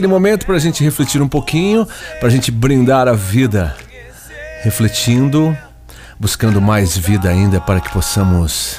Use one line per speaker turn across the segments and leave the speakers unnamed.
aquele momento para a gente refletir um pouquinho, para a gente brindar a vida, refletindo, buscando mais vida ainda para que possamos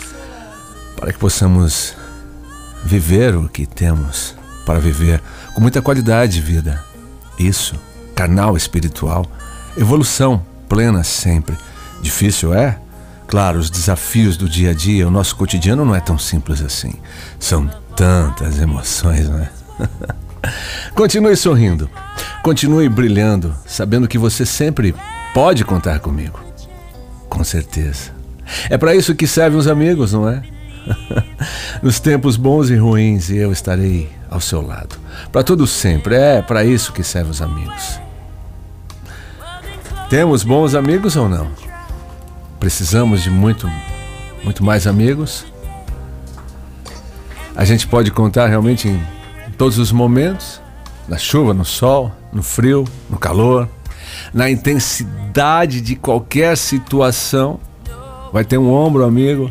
viver o que temos para viver com muita qualidade de vida. Isso, canal espiritual, evolução plena sempre. Difícil é? Claro, os desafios do dia a dia, o nosso cotidiano não é tão simples assim. São tantas emoções, não é? Continue sorrindo, continue brilhando, sabendo que você sempre pode contar comigo. Com certeza. É para isso que servem os amigos, não é? Nos tempos bons e ruins, eu estarei ao seu lado. Para tudo sempre, é para isso que servem os amigos. Temos bons amigos ou não? Precisamos de muito mais amigos? A gente pode contar realmente em todos os momentos, na chuva, no sol, no frio, no calor, na intensidade de qualquer situação. Vai ter um ombro amigo.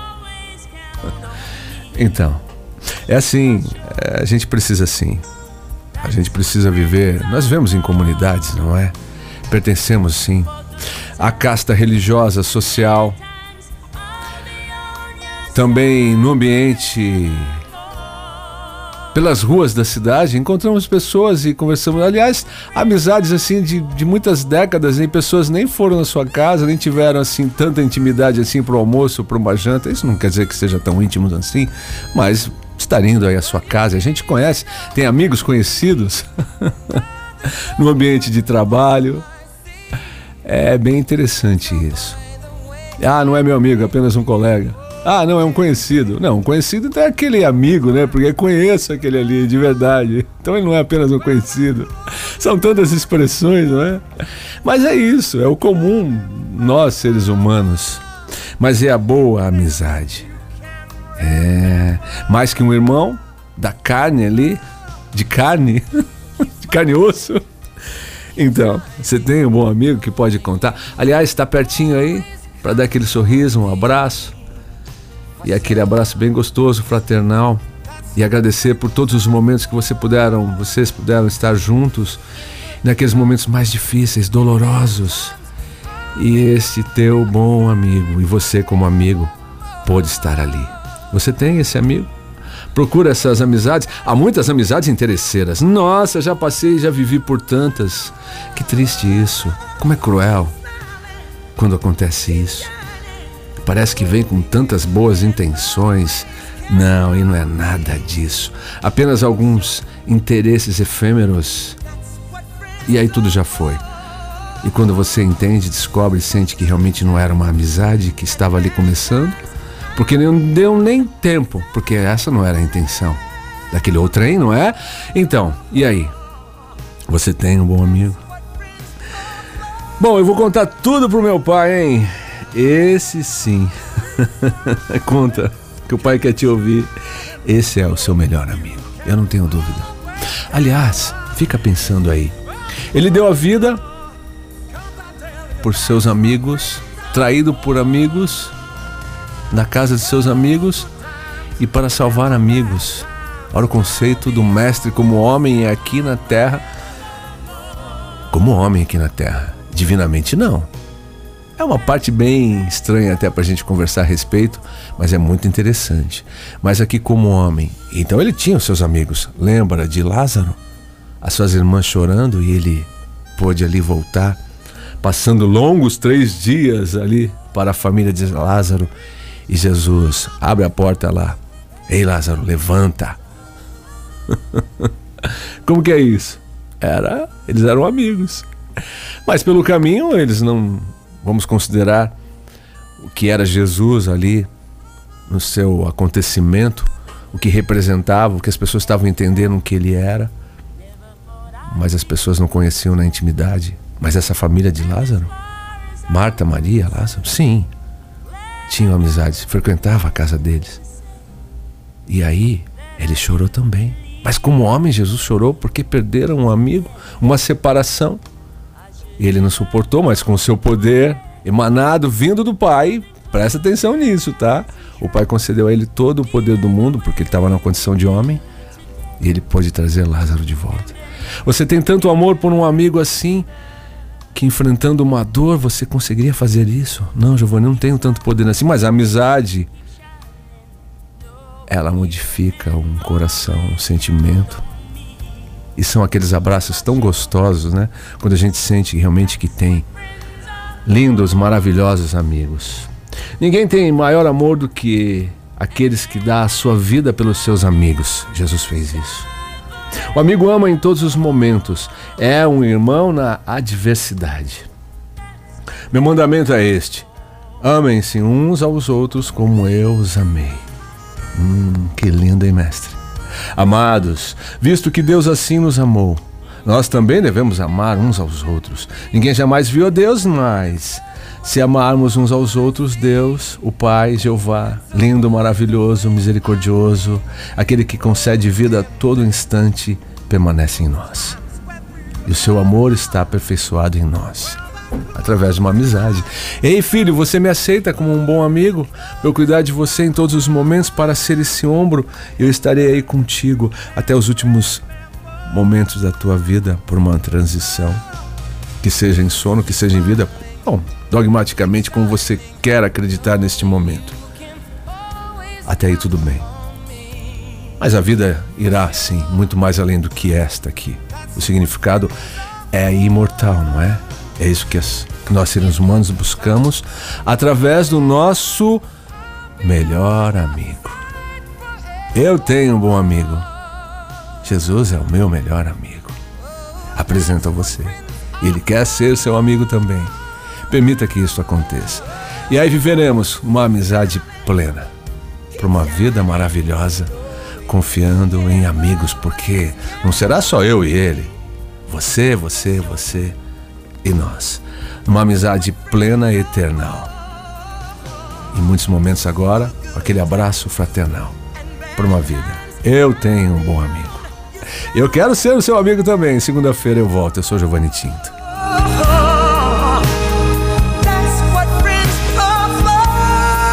Então, é assim, a gente precisa sim. A gente precisa viver, nós vivemos em comunidades, não é? Pertencemos sim à casta religiosa, social, também no ambiente, pelas ruas da cidade, encontramos pessoas e conversamos. Aliás, amizades assim de muitas décadas, e pessoas nem foram na sua casa, nem tiveram assim tanta intimidade assim para o almoço, para uma janta. Isso não quer dizer que seja tão íntimos assim, mas estar indo aí à sua casa, a gente conhece, tem amigos conhecidos no ambiente de trabalho. É bem interessante isso. Ah, não é meu amigo, é apenas um colega. Ah, não, é um conhecido. Não, um conhecido então é aquele amigo, né? Porque eu conheço aquele ali, de verdade. Então ele não é apenas um conhecido. São tantas expressões, não é? Mas é isso, é o comum, nós seres humanos. Mas é a boa amizade. É, mais que um irmão da carne ali, de carne, de carne e osso. Então, você tem um bom amigo que pode contar. Aliás, está pertinho aí para dar aquele sorriso, um abraço. E aquele abraço bem gostoso, fraternal. E agradecer por todos os momentos que vocês puderam estar juntos. Naqueles momentos mais difíceis, dolorosos. E esse teu bom amigo, e você como amigo, pôde estar ali. Você tem esse amigo? Procura essas amizades. Há muitas amizades interesseiras. Nossa, já passei, já vivi por tantas. Que triste isso. Como é cruel quando acontece isso. Parece que vem com tantas boas intenções. Não, e não é nada disso. Apenas alguns interesses efêmeros. E aí tudo já foi. E quando você entende, descobre e sente que realmente não era uma amizade que estava ali começando, porque não deu nem tempo, porque essa não era a intenção daquele outro trem, não é? Então, e aí? Você tem um bom amigo? Bom, eu vou contar tudo pro meu pai, hein? Esse sim. Conta, que o pai quer te ouvir. Esse é o seu melhor amigo, eu não tenho dúvida. Aliás, fica pensando aí. Ele deu a vida por seus amigos, traído por amigos, na casa de seus amigos e para salvar amigos. Olha o conceito do mestre como homem aqui na terra. Como homem aqui na terra. Divinamente não. É uma parte bem estranha até para a gente conversar a respeito, mas é muito interessante. Mas aqui como homem. Então ele tinha os seus amigos. Lembra de Lázaro? As suas irmãs chorando e ele pôde ali voltar, passando longos 3 dias ali para a família de Lázaro. E Jesus abre a porta lá. Ei, Lázaro, levanta. Como que é isso? Eles eram amigos. Mas pelo caminho eles não... Vamos considerar o que era Jesus ali no seu acontecimento, o que representava, o que as pessoas estavam entendendo o que ele era. Mas as pessoas não conheciam na intimidade. Mas essa família de Lázaro, Marta, Maria, Lázaro, sim, tinham amizades, frequentava a casa deles. E aí, ele chorou também. Mas como homem, Jesus chorou porque perderam um amigo, uma separação. E ele não suportou, mas com o seu poder emanado, vindo do Pai, presta atenção nisso, tá? O Pai concedeu a ele todo o poder do mundo, porque ele estava na condição de homem, e ele pôde trazer Lázaro de volta. Você tem tanto amor por um amigo assim, que enfrentando uma dor você conseguiria fazer isso? Não, Giovanni, não tenho tanto poder assim, mas a amizade, ela modifica um coração, um sentimento. E são aqueles abraços tão gostosos, né? Quando a gente sente realmente que tem lindos, maravilhosos amigos. Ninguém tem maior amor do que aqueles que dão a sua vida pelos seus amigos. Jesus fez isso. O amigo ama em todos os momentos. É um irmão na adversidade. Meu mandamento é este: amem-se uns aos outros como eu os amei. Que lindo, hein, mestre? Amados, visto que Deus assim nos amou, nós também devemos amar uns aos outros. Ninguém jamais viu a Deus, mas se amarmos uns aos outros, Deus, o Pai, Jeová, lindo, maravilhoso, misericordioso, aquele que concede vida a todo instante, permanece em nós. E o seu amor está aperfeiçoado em nós, através de uma amizade. Ei, filho, você me aceita como um bom amigo? Eu cuidar de você em todos os momentos para ser esse ombro. Eu estarei aí contigo até os últimos momentos da tua vida, por uma transição, que seja em sono, que seja em vida. Bom, dogmaticamente, como você quer acreditar neste momento. Até aí tudo bem. Mas a vida irá, sim, muito mais além do que esta aqui. O significado é imortal, não é? É isso que nós, seres humanos, buscamos através do nosso melhor amigo. Eu tenho um bom amigo. Jesus é o meu melhor amigo. Apresento a você. Ele quer ser seu amigo também. Permita que isso aconteça. E aí viveremos uma amizade plena, para uma vida maravilhosa, confiando em amigos, porque não será só eu e ele. Você e nós. Uma amizade plena e eternal. Em muitos momentos agora, aquele abraço fraternal por uma vida. Eu tenho um bom amigo. Eu quero ser o seu amigo também. Segunda-feira eu volto. Eu sou Giovanni Tinto.